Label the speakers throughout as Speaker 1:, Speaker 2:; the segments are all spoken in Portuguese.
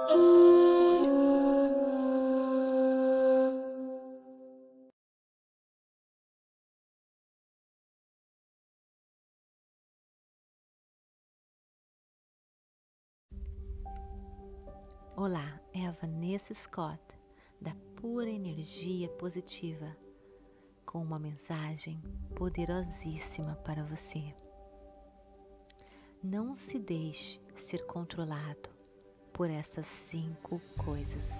Speaker 1: Olá, é a Vanessa Scott, da Pura Energia Positiva, com uma mensagem poderosíssima para você. Não se deixe ser controlado por estas 5 coisas.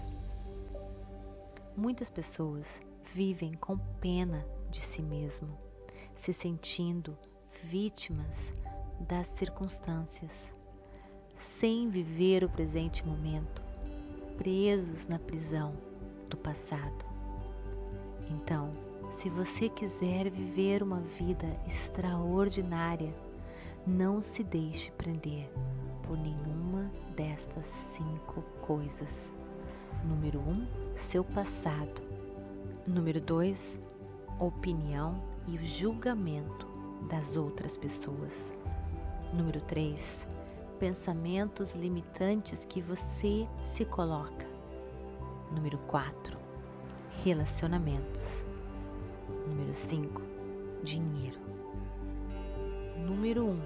Speaker 1: Muitas pessoas vivem com pena de si mesmo, se sentindo vítimas das circunstâncias, sem viver o presente momento, presos na prisão do passado. Então, se você quiser viver uma vida extraordinária, não se deixe prender por nenhuma destas 5 coisas. Número 1, seu passado. Número 2, opinião e o julgamento das outras pessoas. Número 3, pensamentos limitantes que você se coloca. Número 4, relacionamentos. Número 5, dinheiro. Número 1,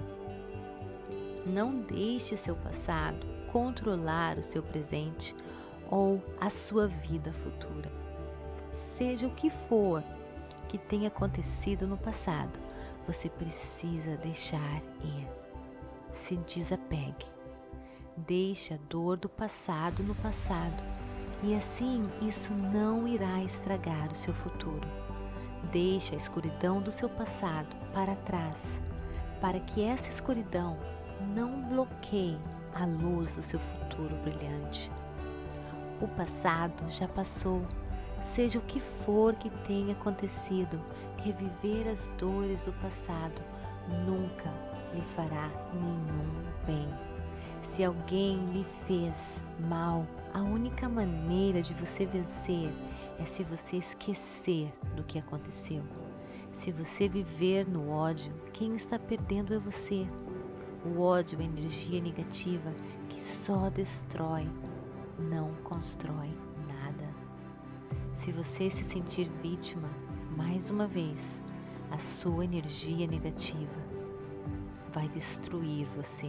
Speaker 1: não deixe seu passado controlar o seu presente ou a sua vida futura. Seja o que for que tenha acontecido no passado, você precisa deixar ir. Se desapegue. Deixe a dor do passado no passado e assim isso não irá estragar o seu futuro. Deixe a escuridão do seu passado para trás, para que essa escuridão não bloqueie a luz do seu futuro brilhante. O passado já passou. Seja o que for que tenha acontecido, reviver as dores do passado nunca lhe fará nenhum bem. Se alguém lhe fez mal, a única maneira de você vencer é se você esquecer do que aconteceu. Se você viver no ódio, quem está perdendo é você. O ódio é energia negativa que só destrói, não constrói nada. Se você se sentir vítima, mais uma vez, a sua energia negativa vai destruir você.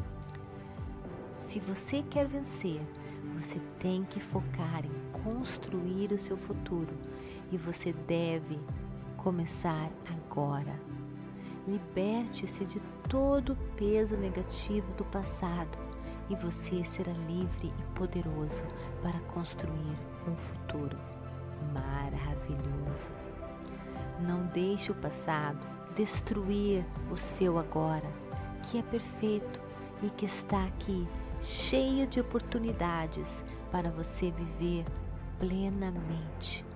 Speaker 1: Se você quer vencer, você tem que focar em construir o seu futuro e você deve começar agora. Liberte-se de todo o peso negativo do passado e você será livre e poderoso para construir um futuro maravilhoso. Não deixe o passado destruir o seu agora, que é perfeito e que está aqui, cheio de oportunidades para você viver plenamente.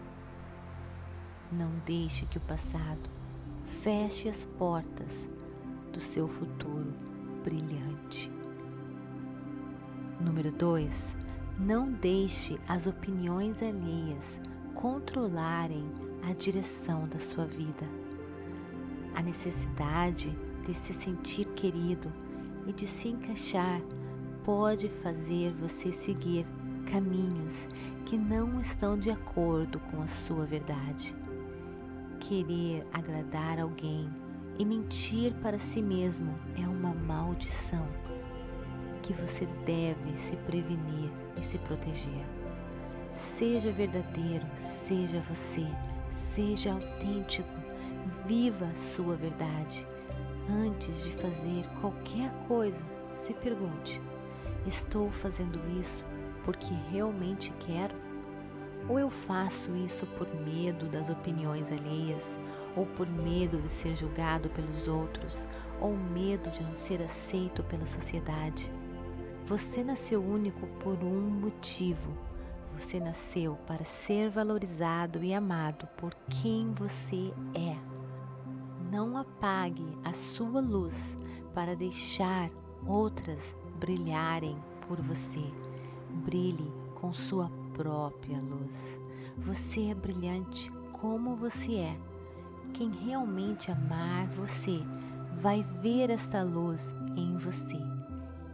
Speaker 1: Não deixe que o passado feche as portas do seu futuro brilhante. Número 2, não deixe as opiniões alheias controlarem a direção da sua vida. A necessidade de se sentir querido e de se encaixar pode fazer você seguir caminhos que não estão de acordo com a sua verdade. Querer agradar alguém e mentir para si mesmo é uma maldição que você deve se prevenir e se proteger. Seja verdadeiro, seja você, seja autêntico, viva a sua verdade. Antes de fazer qualquer coisa, se pergunte: estou fazendo isso porque realmente quero? Ou eu faço isso por medo das opiniões alheias, ou por medo de ser julgado pelos outros, ou medo de não ser aceito pela sociedade? Você nasceu único por um motivo. Você nasceu para ser valorizado e amado por quem você é. Não apague a sua luz para deixar outras brilharem por você. Brilhe com sua própria luz. Você é brilhante como você é. Quem realmente amar você vai ver esta luz em você.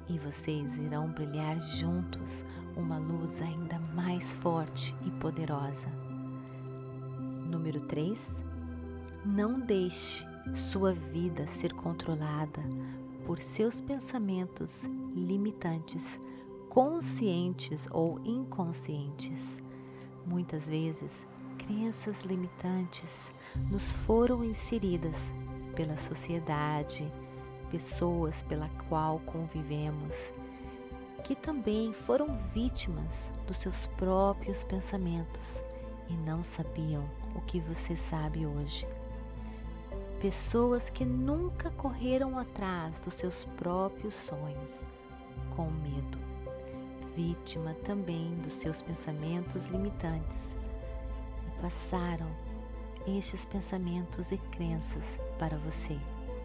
Speaker 1: e vocês irão brilhar juntos uma luz ainda mais forte e poderosa. Número 3. Não deixe sua vida ser controlada por seus pensamentos limitantes, conscientes ou inconscientes. Muitas vezes, crenças limitantes nos foram inseridas pela sociedade, pessoas pela qual convivemos, que também foram vítimas dos seus próprios pensamentos e não sabiam o que você sabe hoje. Pessoas que nunca correram atrás dos seus próprios sonhos, com medo, vítima também dos seus pensamentos limitantes, e passaram estes pensamentos e crenças para você.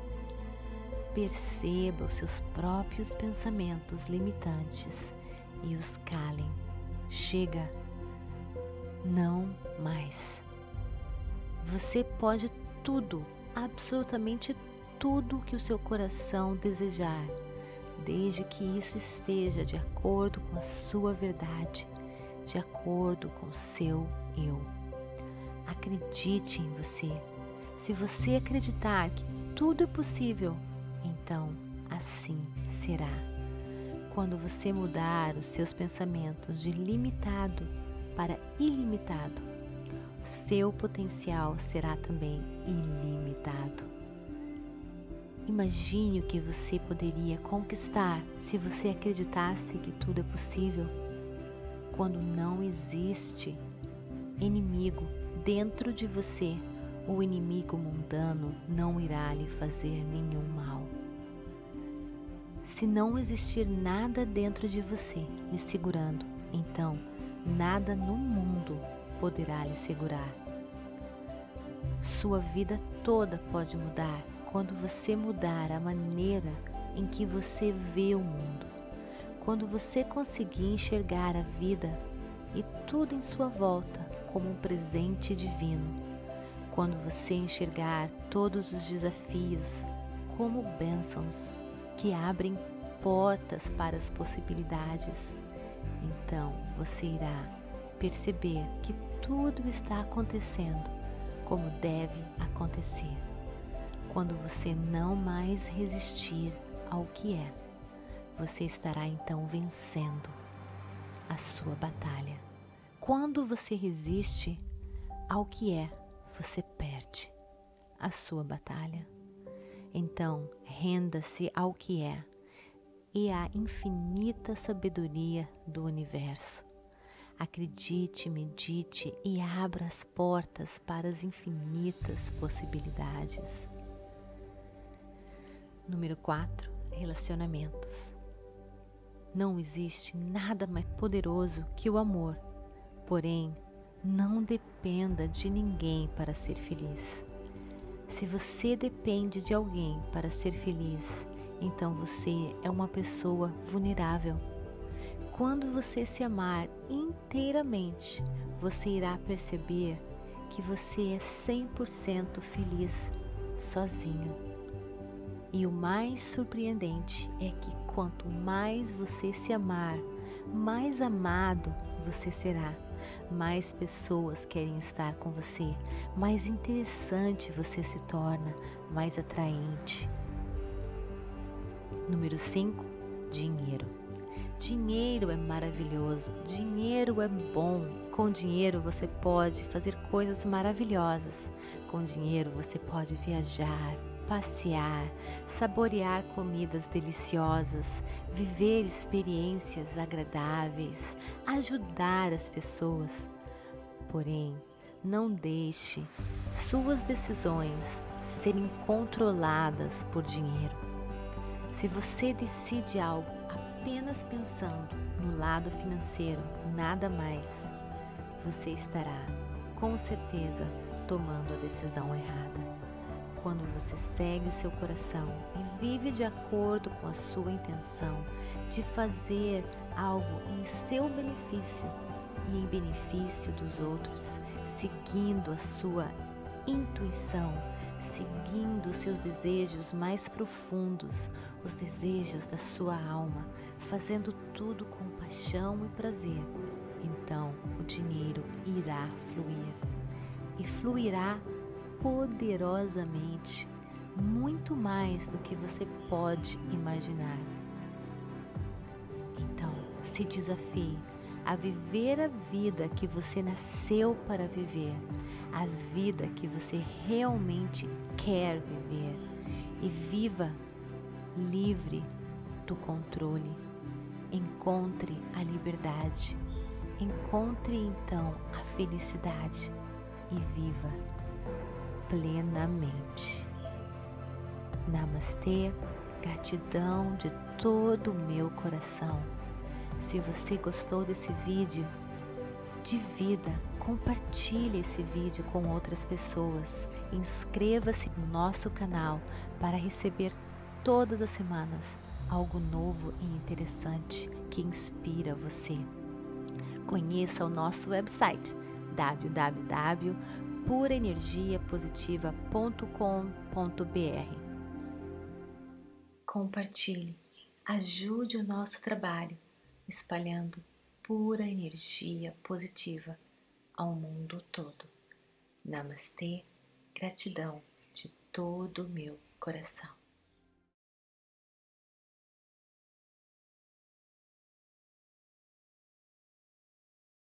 Speaker 1: Perceba os seus próprios pensamentos limitantes e os calem. Chega, não mais. Você pode tudo, absolutamente tudo que o seu coração desejar, desde que isso esteja de acordo com a sua verdade, de acordo com o seu eu. Acredite em você. Se você acreditar que tudo é possível, então assim será. Quando você mudar os seus pensamentos de limitado para ilimitado, o seu potencial será também ilimitado. Imagine o que você poderia conquistar se você acreditasse que tudo é possível. Quando não existe inimigo dentro de você, o inimigo mundano não irá lhe fazer nenhum mal. Se não existir nada dentro de você lhe segurando, então nada no mundo poderá lhe segurar. Sua vida toda pode mudar quando você mudar a maneira em que você vê o mundo. Quando você conseguir enxergar a vida e tudo em sua volta como um presente divino. Quando você enxergar todos os desafios como bênçãos que abrem portas para as possibilidades, então você irá perceber que tudo está acontecendo como deve acontecer. Quando você não mais resistir ao que é, você estará então vencendo a sua batalha. Quando você resiste ao que é, você perde a sua batalha. Então, renda-se ao que é e à infinita sabedoria do universo. Acredite, medite e abra as portas para as infinitas possibilidades. Número 4. Relacionamentos. Não existe nada mais poderoso que o amor. Porém, não dependa de ninguém para ser feliz. Se você depende de alguém para ser feliz, então você é uma pessoa vulnerável. Quando você se amar inteiramente, você irá perceber que você é 100% feliz sozinho. E o mais surpreendente é que quanto mais você se amar, mais amado você será. Mais pessoas querem estar com você, mais interessante você se torna, mais atraente. Número 5. Dinheiro. Dinheiro é maravilhoso, dinheiro é bom. Com dinheiro você pode fazer coisas maravilhosas. Com dinheiro você pode viajar, passear, saborear comidas deliciosas, viver experiências agradáveis, ajudar as pessoas. Porém, não deixe suas decisões serem controladas por dinheiro. Se você decide algo apenas pensando no lado financeiro, nada mais, você estará, com certeza, tomando a decisão errada. Quando você segue o seu coração e vive de acordo com a sua intenção de fazer algo em seu benefício e em benefício dos outros, seguindo a sua intuição, seguindo os seus desejos mais profundos, os desejos da sua alma, fazendo tudo com paixão e prazer, então o dinheiro irá fluir e fluirá poderosamente, muito mais do que você pode imaginar. Então, se desafie a viver a vida que você nasceu para viver, a vida que você realmente quer viver, e viva livre do controle. Encontre a liberdade, encontre então a felicidade e viva plenamente. Namastê, gratidão de todo o meu coração. Se você gostou desse vídeo, divida, compartilhe esse vídeo com outras pessoas. Inscreva-se no nosso canal para receber todas as semanas algo novo e interessante que inspira você. Conheça o nosso website www.puraenergiapositiva.com.br. Compartilhe, ajude o nosso trabalho, espalhando pura energia positiva ao mundo todo. Namastê, gratidão de todo o meu coração.